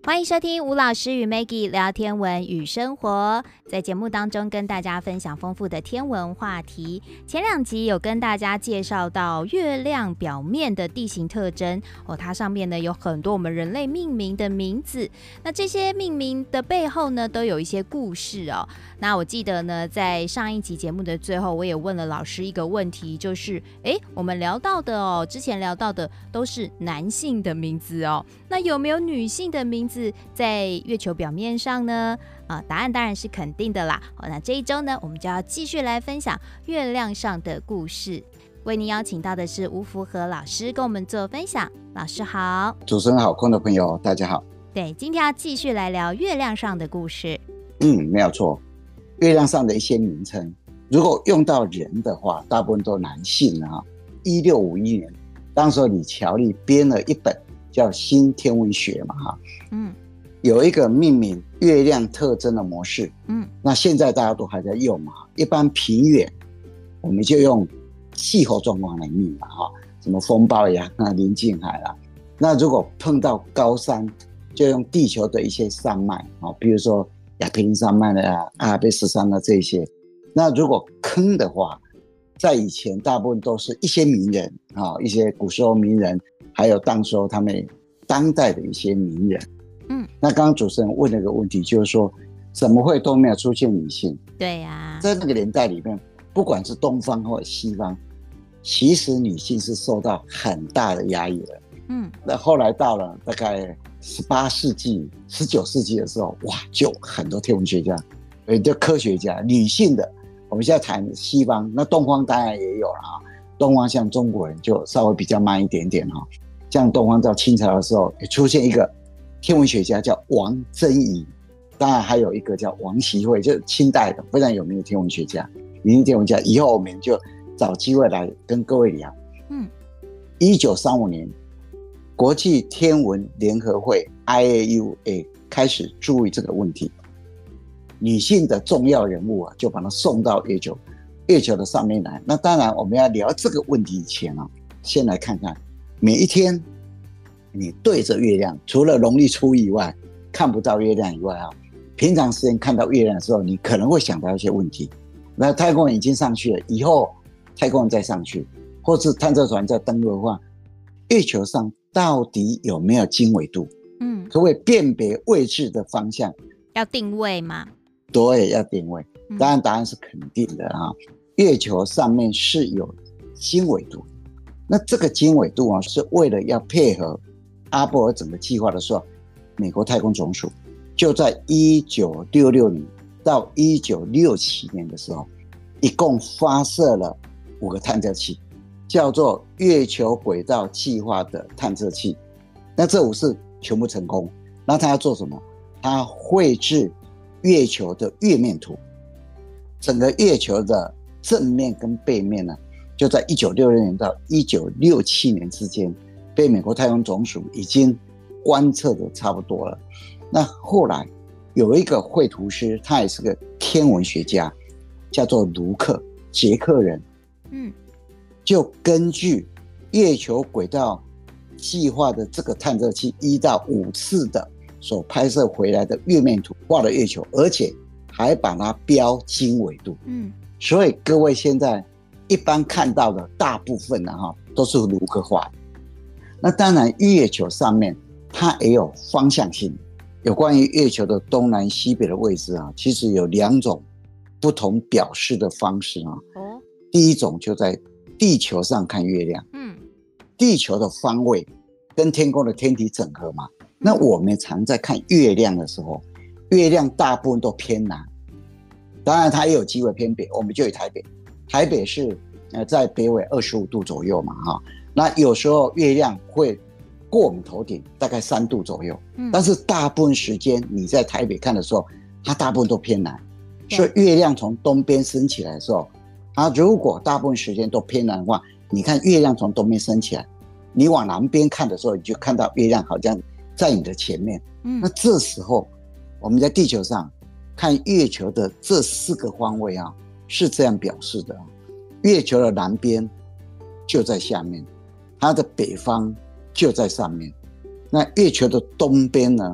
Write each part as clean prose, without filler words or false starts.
欢迎收听吴老师与 Maggie 聊天文与生活，在节目当中跟大家分享丰富的天文话题。前2集有跟大家介绍到月亮表面的地形特征它上面呢有很多我们人类命名的名字，那这些命名的背后呢都有一些故事那我记得呢在上一集节目的最后，我也问了老师一个问题，就是我们聊到的之前聊到的都是男性的名字那有没有女性的名字在月球表面上呢？答案当然是肯定的啦。那这一周呢，我们就要继续来分享月亮上的故事。为您邀请到的是吴福和老师跟我们做分享。老师好。 主持人好，空的朋友大家好。 对，今天要继续来聊月亮上的故事。 没有错。月亮上的一些名称，如果用到人的话，大部分都男性1651年，当时李乔利编了一本叫《新天文学》嘛有一个命名月亮特征的模式那现在大家都还在用嘛。一般平原我们就用气候状况来命嘛什么风暴呀临近海啦。那如果碰到高山，就用地球的一些山脉比如说亚平宁山脉的阿尔卑斯山的这些。那如果坑的话，在以前大部分都是一些名人一些古时候名人，还有当时候他们当代的一些名人那刚刚主持人问了一个问题，就是说怎么会都没有出现女性？ 对呀在那个年代里面，不管是东方或西方，其实女性是受到很大的压抑的那后来到了大概18世纪19世纪的时候，哇，就很多天文学家很多科学家女性的。我们现在谈西方，那东方当然也有了东方像中国人就稍微比较慢一点点像东方到清朝的时候也出现一个天文学家叫王贞仪，当然还有一个叫王习慧，就是清代的非常有名的天文学家。女性天文家以后我们就找机会来跟各位聊。1935年国际天文联合会 IAUA 开始注意这个问题，女性的重要人物就把它送到月球的上面来。那当然我们要聊这个问题以前先来看看每一天你对着月亮，除了农历初一以外看不到月亮以外平常时间看到月亮的时候，你可能会想到一些问题。那太空人已经上去了，以后太空人再上去，或是探测船再登陆的话，月球上到底有没有经纬度？可不可以辨别位置的方向？ 要定位吗？ 对，要定位。当然答案是肯定的月球上面是有经纬度，那这个经纬度是为了要配合阿波罗整个计划的时候，美国太空总署就在1966年到1967年的时候，一共发射了5个探测器，叫做月球轨道计划的探测器。那这5次全部成功。那它要做什么？它绘制月球的月面图，整个月球的正面跟背面呢，就在1966年到1967年之间被美国太空总署已经观测的差不多了。那后来有一个绘图师，他也是个天文学家，叫做卢克，捷克人就根据月球轨道计划的这个探测器1到5次的所拍摄回来的月面图画了月球，而且还把它标经纬度所以各位现在一般看到的大部分都是卢克画的。那当然月球上面它也有方向性，有关于月球的东南西北的位置其实有2种不同表示的方式第一种就在地球上看月亮地球的方位跟天空的天体整合嘛。那我们常在看月亮的时候，月亮大部分都偏南，当然它也有机会偏北。我们就以台北是在北纬25度左右嘛那有时候月亮会过我们头顶大概3度左右但是大部分时间你在台北看的时候，它大部分都偏南。所以月亮从东边升起来的时候，它如果大部分时间都偏南的话，你看月亮从东边升起来，你往南边看的时候，你就看到月亮好像在你的前面那这时候我们在地球上看月球的这4个方位是这样表示的。月球的南边就在下面，它的北方就在上面。那月球的东边呢，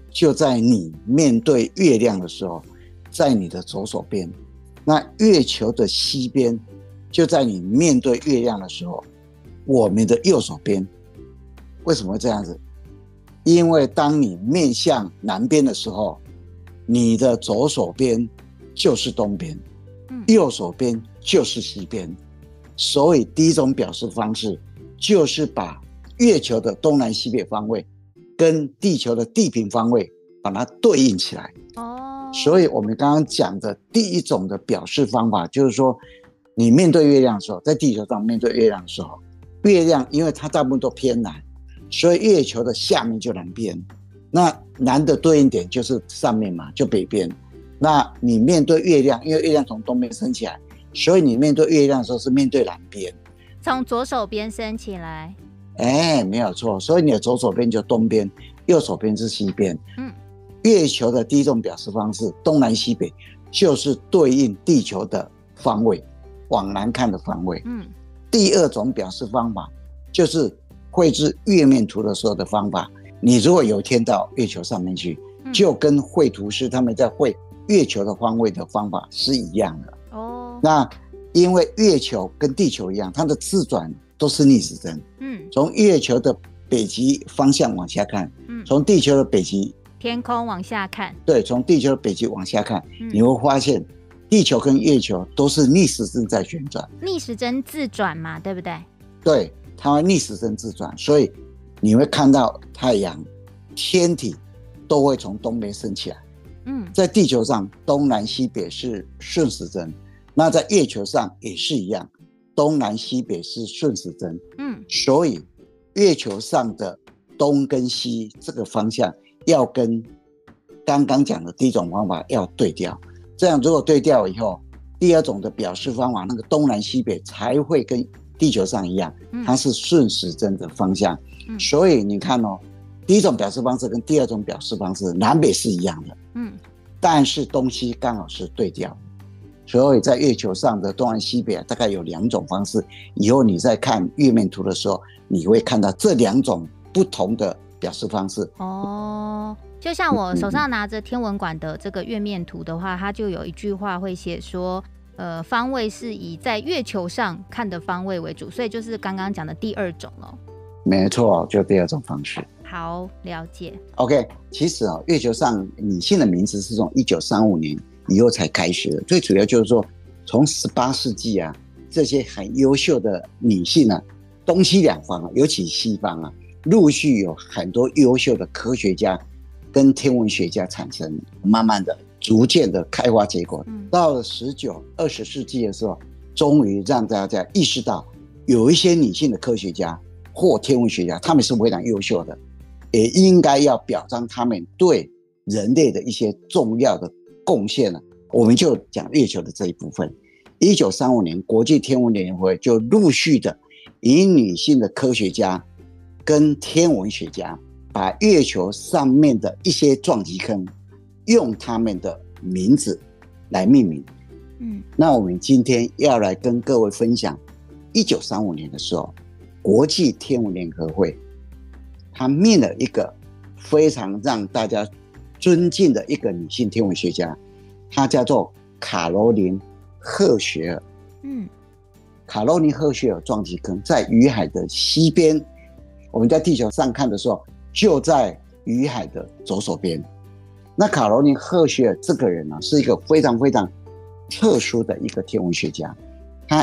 就在你面对月亮的时候，在你的左手边。那月球的西边就在你面对月亮的时候，我们的右手边。为什么会这样子？因为当你面向南边的时候，你的左手边就是东边，右手边就是西边。所以第一种表示方式就是把月球的东南西北方位跟地球的地平方位把它对应起来。所以我们刚刚讲的第一种的表示方法就是说，你面对月亮的时候，在地球上面对月亮的时候，月亮因为它大部分都偏南，所以月球的下面就南边，那南的对应点就是上面嘛，就北边。那你面对月亮，因为月亮从东边升起来，所以你面对月亮的时候是面对南边， 从左手边升起来。 没有错。所以你的左手边就东边，右手边是西边。月球的第一种表示方式，东南西北，就是对应地球的方位，往南看的方位。第二种表示方法就是绘制月面图的时候的方法。你如果有一天到月球上面去，就跟绘图师他们在绘月球的方位的方法是一样的。那因为月球跟地球一样，它的自转都是逆时针。从月球的北极方向往下看，从地球的北极天空往下看， 对，从地球的北极往下看，你会发现地球跟月球都是逆时针在旋转。 逆时针自转嘛，对不对？ 对，它会逆时针自转，所以你会看到太阳、天体都会从东边升起来。在地球上，东南西北是顺时针，那在月球上也是一样，东南西北是顺时针。所以月球上的东跟西这个方向要跟刚刚讲的第一种方法要对调，这样如果对调以后，第二种的表示方法，那个东南西北才会跟地球上一样，它是顺时针的方向。所以你看哦，第一种表示方式跟第二种表示方式南北是一样的，但是东西刚好是对调。所以在月球上的东南西北大概有两种方式，以后你在看月面图的时候，你会看到这两种不同的表示方式。 就像我手上拿着天文馆的这个月面图的话，它就有一句话会写说，方位是以在月球上看的方位为主，所以就是刚刚讲的第二种了。 没错，就第二种方式。 好，了解。 OK， 其实月球上女性的名词是从1935年以后才开始的，最主要就是说，从18世纪啊，这些很优秀的女性啊，东西两方啊，尤其西方啊，陆续有很多优秀的科学家跟天文学家产生，慢慢的、逐渐的开花结果。到了19、20世纪的时候，终于让大家意识到，有一些女性的科学家或天文学家，他们是非常优秀的，也应该要表彰他们对人类的一些重要的贡献了。我们就讲月球的这一部分。1935年，国际天文联合会就陆续的以女性的科学家跟天文学家，把月球上面的一些撞击坑用他们的名字来命名。那我们今天要来跟各位分享1935年的时候，国际天文联合会他命了一个非常让大家尊敬的一个女性天文学家，她叫做卡罗琳·赫雪尔。卡罗琳·赫雪尔撞击坑在雨海的西边，我们在地球上看的时候就在雨海的左手边。那卡罗琳·赫雪尔这个人呢，是一个非常非常特殊的一个天文学家。他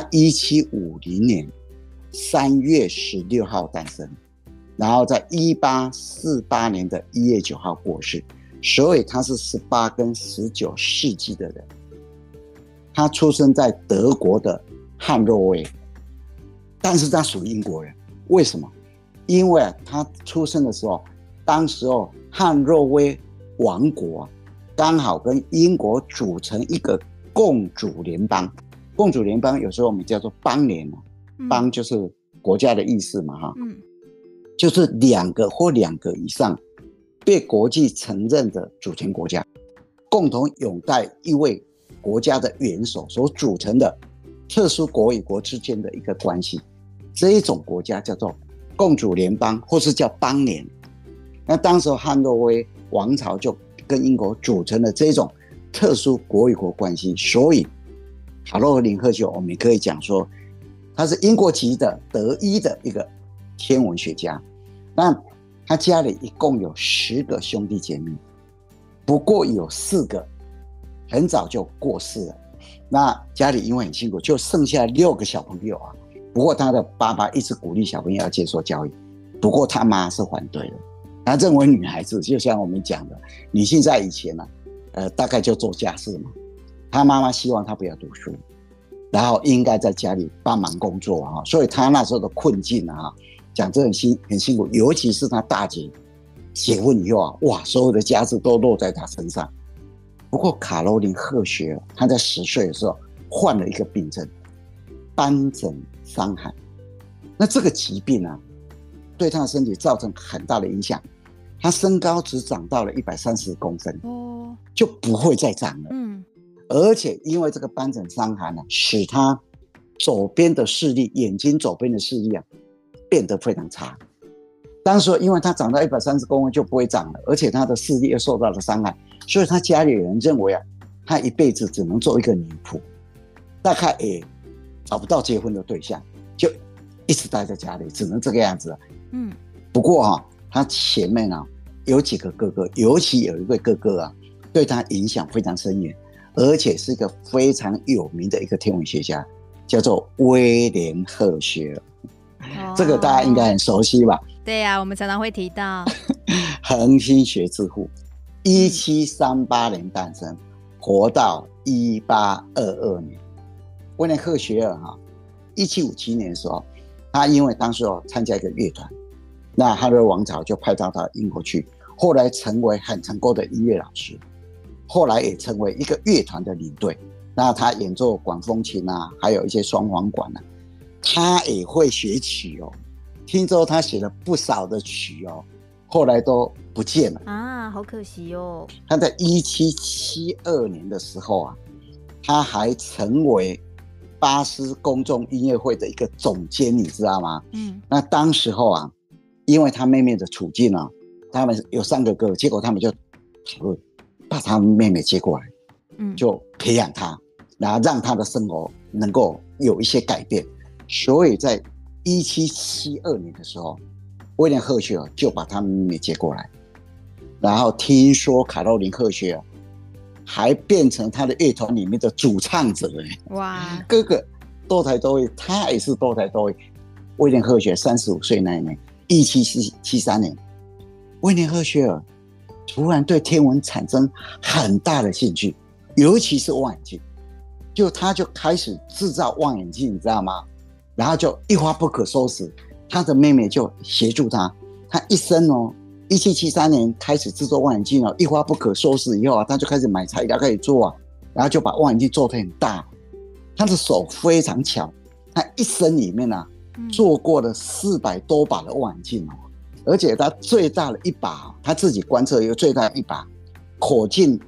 1750年3月16号诞生，然后在1848年的1月9号过世，所以他是18跟19世纪的人。他出生在德国的汉诺威，但是他属于英国人。为什么？因为他出生的时候，当时候汉诺威王国刚好跟英国组成一个共主联邦。共主联邦有时候我们叫做邦联，邦就是国家的意思嘛，就是两个或两个以上被国际承认的主权国家，共同拥戴一位国家的元首所组成的特殊国与国之间的一个关系。这一种国家叫做共主联邦，或是叫邦联。那当时汉诺威王朝就跟英国组成了这种特殊国与国关系，所以卡洛琳赫歇尔我们可以讲说，他是英国籍的德裔的一个天文学家。那他家里一共有10个兄弟姐妹，不过有4个很早就过世了。那家里因为很辛苦，就剩下6个小朋友啊。不过他的爸爸一直鼓励小朋友要接受教育，不过他妈是反对的。他认为女孩子就像我们讲的，女性在以前呢，大概就做家事嘛。他妈妈希望他不要读书，然后应该在家里帮忙工作啊。所以他那时候的困境啊，讲真很辛苦，尤其是他大姐结婚以后啊，哇，所有的家事都落在他身上。不过卡罗琳赫歇尔他在10岁的时候患了一个病症，斑疹伤寒。那这个疾病啊，对他的身体造成很大的影响。他身高只长到了130公分，就不会再长了。而且因为这个斑疹伤寒呢，使他左边的视力，眼睛左边的视力啊，变得非常差。当时因为他长到130公分就不会长了，而且他的视力又受到了伤害，所以他家里人认为啊，他一辈子只能做一个女仆，大概也找不到结婚的对象，就一直待在家里，只能这个样子。不过啊，他前面啊有几个哥哥，尤其有一位哥哥啊，对他影响非常深远，而且是一个非常有名的一个天文学家，叫做威廉赫歇尔。这个大家应该很熟悉吧？ 对啊，我们常常会提到恒星学之父，1738年诞生，活到1822年。威廉赫歇尔1757年的时候，他因为当时参加一个乐团，那他的王朝就派到他英国去，后来成为很成功的音乐老师，后来也成为一个乐团的领队。那他演奏管风琴啊，还有一些双簧管啊，他也会写曲哦。听说他写了不少的曲哦，后来都不见了啊，好可惜哦。 他在1772年的时候啊，他还成为巴斯公众音乐会的一个总监，你知道吗？那当时候啊，因为他妹妹的处境啊，他们有3个哥哥，结果他们就讨论把他妹妹接过来，就培养他，然后让他的生活能够有一些改变。所以在1772年的时候，威廉赫歇尔就把他妹妹接过来，然后听说卡洛琳赫歇尔还变成他的乐团里面的主唱者。哇，哥哥多才多艺，他也是多才多艺。威廉赫歇尔35岁那一年，1773年，威廉赫歇尔突然对天文产生很大的兴趣，尤其是望远镜，他就开始制造望远镜，你知道吗？然后就一发不可收拾，他的妹妹就协助他，他一生1773年开始制作望远镜一发不可收拾以后啊，他就开始买材料开始做啊，然后就把望远镜做得很大。他的手非常巧，他一生里面啊做过了400多把的望远镜而且他最大的一把，他自己观测有最大的一把，口径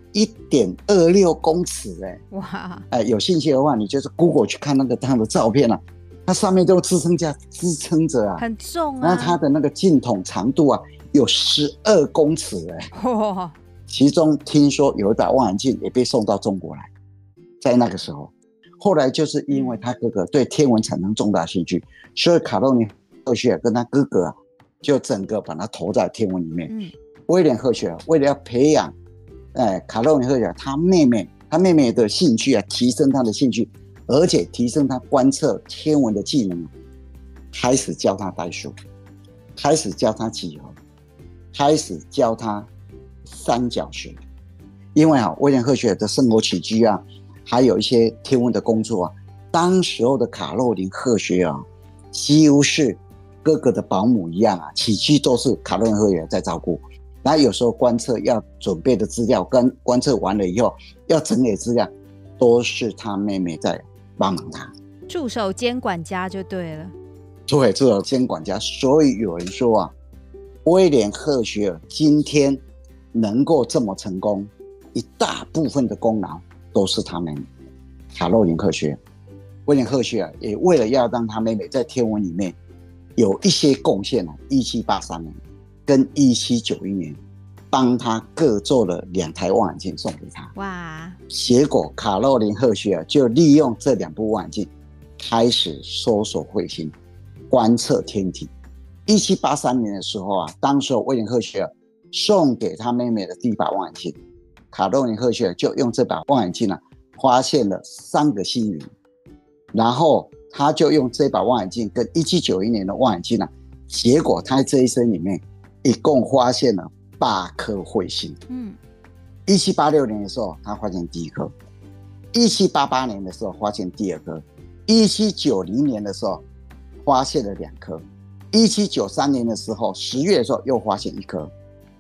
1.26公尺哇！有兴趣的话，你就是 Google 去看他的照片啊。它上面都支撑着啊， 很重啊。 然后它的那个镜筒长度啊有12公尺哇！其中听说有一把望远镜也被送到中国来，在那个时候，后来就是因为他哥哥对天文产生重大兴趣，所以卡洛琳赫歇尔跟他哥哥就整个把他投在天文里面。威廉赫歇尔为了要培养卡洛琳赫歇尔他妹妹的兴趣啊，提升他的兴趣，而且提升他观测天文的技能，开始教他代数，开始教他几何，开始教他三角学。因为威廉赫歇尔的生活起居啊，还有一些天文的工作啊，当时候的卡洛琳赫歇尔几乎是哥哥的保姆一样啊，起居都是卡洛琳赫歇尔在照顾。然后有时候观测要准备的资料，跟观测完了以后要整理资料，都是他妹妹在帮忙他， 助手兼管家就对了。 对，助手兼管家。所以有人说啊，威廉赫歇尔今天能够这么成功，一大部分的功劳都是他妹妹卡洛琳赫歇尔。威廉赫歇尔也为了要让他妹妹在天文里面有一些贡献1783年跟1791年， 帮他各做了2台望远镜送给他。 哇！ 结果卡洛琳·赫歇尔就利用这2部望远镜开始搜索彗星，观测天体。1783年的时候啊，当时威廉·赫歇尔送给他妹妹的第一把望远镜，卡洛琳·赫歇尔就用这把望远镜发现了3个星云，然后他就用这把望远镜跟1791年的望远镜结果他在这一生里面一共发现了8颗彗星。1786年的时候他发现第1颗，1788年的时候发现第2颗，1790年的时候发现了2颗，1793年的时候10月的时候又发现1颗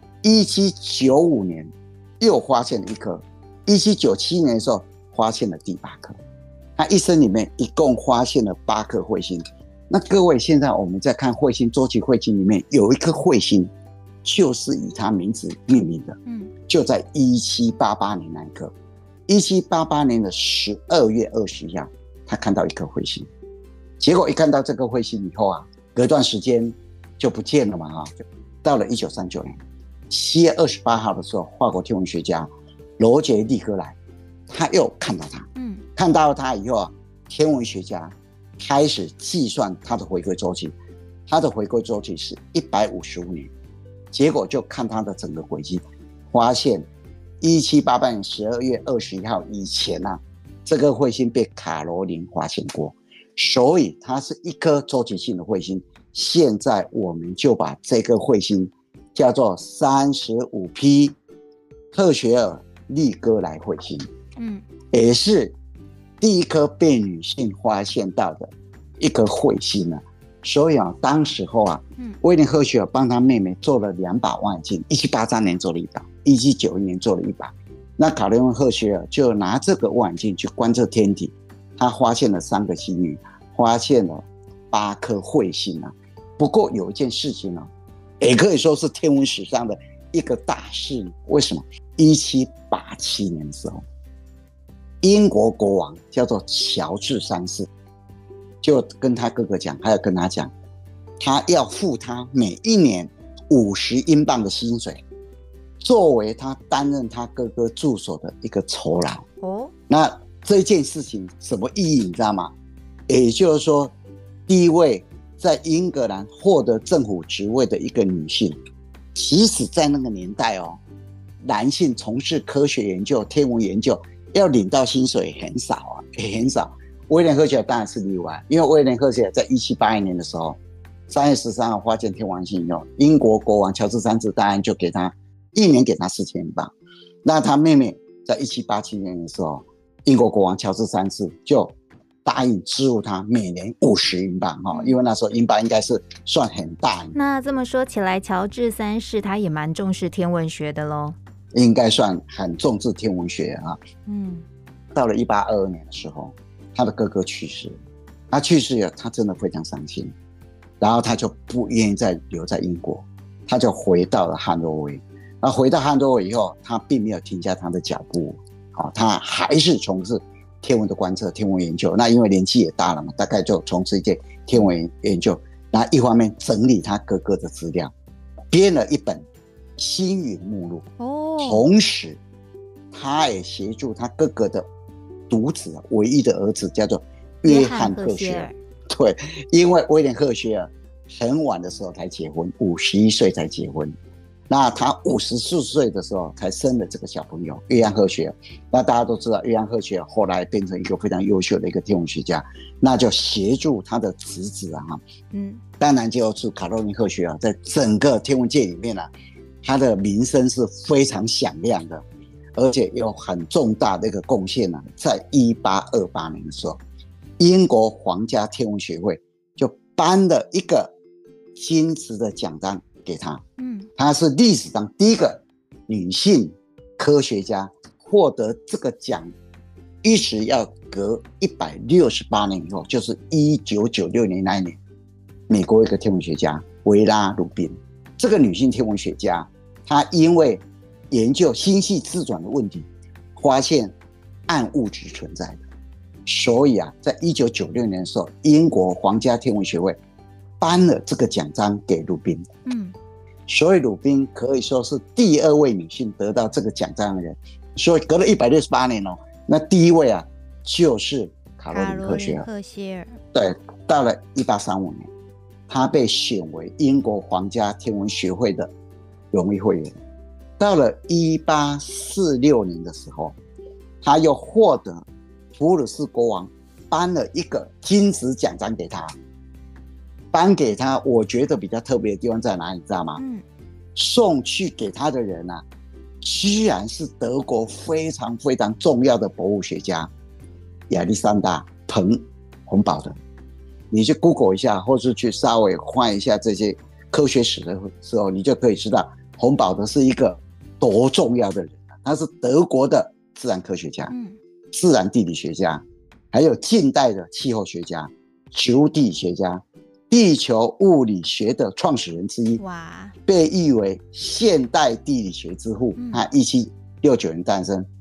，1795年又发现了1颗，1797年的时候发现了第8颗。他一生里面一共发现了8颗彗星。那各位，现在我们在看彗星周期彗星里面有一颗彗星就是以他名字命名的，就在1788年那一颗，1788年的12月21号他看到一颗彗星，结果一看到这个彗星以后隔段时间就不见了嘛，到了1939年7月28号的时候，法国天文学家罗杰·利戈莱他又看到它，看到它以后天文学家开始计算它的回归周期，它的回归周期是155年，结果就看它的整个轨迹，发现1788年12月21号以前这个彗星被卡罗琳发现过，所以它是一颗周期性的彗星。现在我们就把这个彗星叫做 35P 赫歇尔利戈莱彗星，也是第一颗被女性发现到的一颗彗星所以当时候威廉·赫歇尔帮他妹妹做了2把望远镜，1783年做了1把，1791年做了1把。那卡罗琳·赫歇尔就拿这个望远镜去观测天体，他发现了3个星云，发现了8颗彗星不过有一件事情也可以说是天文史上的一个大事。为什么？1787年的时候，英国国王叫做乔治3世，就跟他哥哥讲，还有跟他讲，他要付他每一年50英镑的薪水，作为他担任他哥哥助手的一个酬劳。那这件事情什么意义你知道吗？也就是说，第一位在英格兰获得政府职位的一个女性，即使在那个年代男性从事科学研究、天文研究要领到薪水也很少也很少。威廉·赫歇尔当然是例外，因为威廉·赫歇尔在1781年的时候3月13号发现天王星以后，英国国王乔治3世当然就给他一年给他4000英镑。那他妹妹在1787年的时候，英国国王乔治3世就答应支付他每年50英镑因为那时候英镑应该是算很大。 那这么说起来，乔治3世他也蛮重视天文学的咯， 应该算很重视天文学到了1822年的时候，他的哥哥去世了。他去世了，他真的非常伤心，然后他就不愿意再留在英国，他就回到了汉诺威。那回到汉诺威以后，他并没有停下他的脚步他还是从事天文的观测、天文研究。那因为年纪也大了嘛，大概就从事一些天文研究。那一方面整理他哥哥的资料，编了一本星云目录。同时他也协助他哥哥的独子，唯一的儿子叫做约翰·赫歇尔。对，因为威廉·赫歇尔很晚的时候才结婚，51岁才结婚。那他54岁的时候才生了这个小朋友约翰·赫歇尔。那大家都知道，约翰·赫歇尔后来变成一个非常优秀的一个天文学家，那就协助他的侄子当然就是卡洛琳·赫歇尔在整个天文界里面他的名声是非常响亮的，而且有很重大的一个贡献在1828年的时候，英国皇家天文学会就颁了一个金质的奖章给他。她是历史上第一个女性科学家获得这个奖，一直要隔168年以后，就是1996年那一年，美国一个天文学家维拉·鲁宾，这个女性天文学家，她因为研究星系自转的问题，发现暗物质存在的，所以在1996年的时候，英国皇家天文学会颁了这个奖章给鲁宾。 所以鲁宾可以说是第2位女性得到这个奖章的人，所以隔了168年哦，那第1位啊就是卡罗琳·赫歇尔。对，到了1835年，她被选为英国皇家天文学会的荣誉会员。到了1846年的时候，她又获得普鲁士国王颁了一个金质奖章给她。颁给她，我觉得比较特别的地方在哪里，你知道吗？送去给她的人啊，居然是德国非常非常重要的博物学家亚历山大·彭洪堡的。你去 Google 一下，或是去稍微换一下这些科学史的时候，你就可以知道洪堡德是一个多重要的人。他是德国的自然科学家、自然地理学家，还有近代的气候学家、植物地理学家、地球物理学的创始人之一，被誉为现代地理学之父。他1769年诞生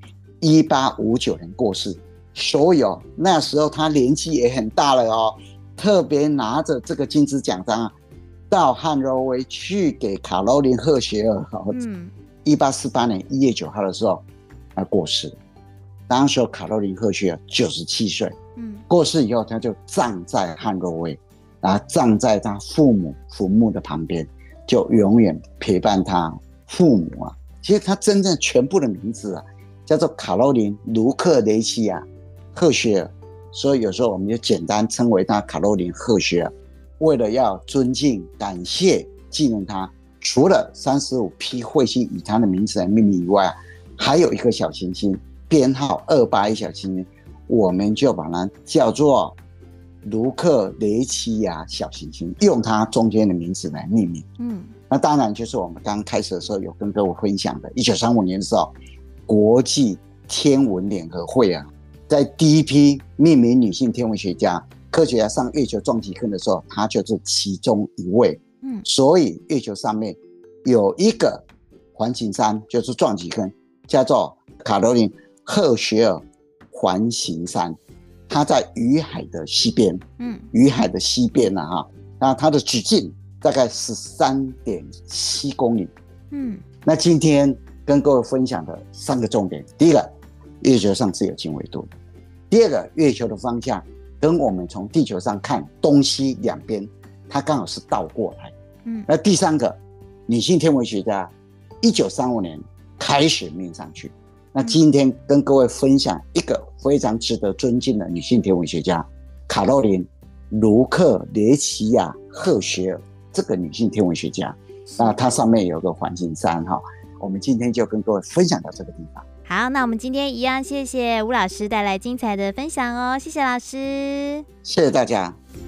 ，1859年过世。所以那时候他年纪也很大了哦，特别拿着这个金质奖章啊，到汉诺威去给卡罗琳·赫歇尔。1848年1月9号的时候，他过世。当时卡罗琳·赫歇尔97岁，过世以后他就葬在汉诺威，然后葬在他父母坟墓的旁边，就永远陪伴他父母啊。其实他真正全部的名字啊，叫做卡罗琳·卢克雷西亚·赫歇尔，所以有时候我们就简单称为他卡罗琳·赫歇尔。为了要尊敬、感谢、纪念他，除了35批彗星以他的名字来命名以外，还有一颗小行星编号281小行星，我们就把它叫做卢克雷奇亚小行星，用它中间的名字来命名。那当然就是我们刚开始的时候有跟各位分享的1935年的时候，国际天文联合会啊，在第一批命名女性天文学家、科学家上月球撞击坑的时候，她就是其中一位。所以月球上面有一个环形山，就是撞击坑，叫做卡罗琳·赫歇尔环形山。它在雨海的西边，雨海的西边啊，那它的直径大概13.7公里。那今天跟各位分享的3个重点：第一个，月球上是有经纬度的；第二个，月球的方向跟我们从地球上看东西两边，它刚好是倒过来。那第3个，女性天文学家1935年开始命上去。那今天跟各位分享一个非常值得尊敬的女性天文学家卡罗琳·卢克雷奇亚·赫歇尔，这个女性天文学家，那它上面有个环形山哈。我们今天就跟各位分享到这个地方。 好，那我们今天一样谢谢吴老师带来精彩的分享哦，谢谢老师， 谢谢大家。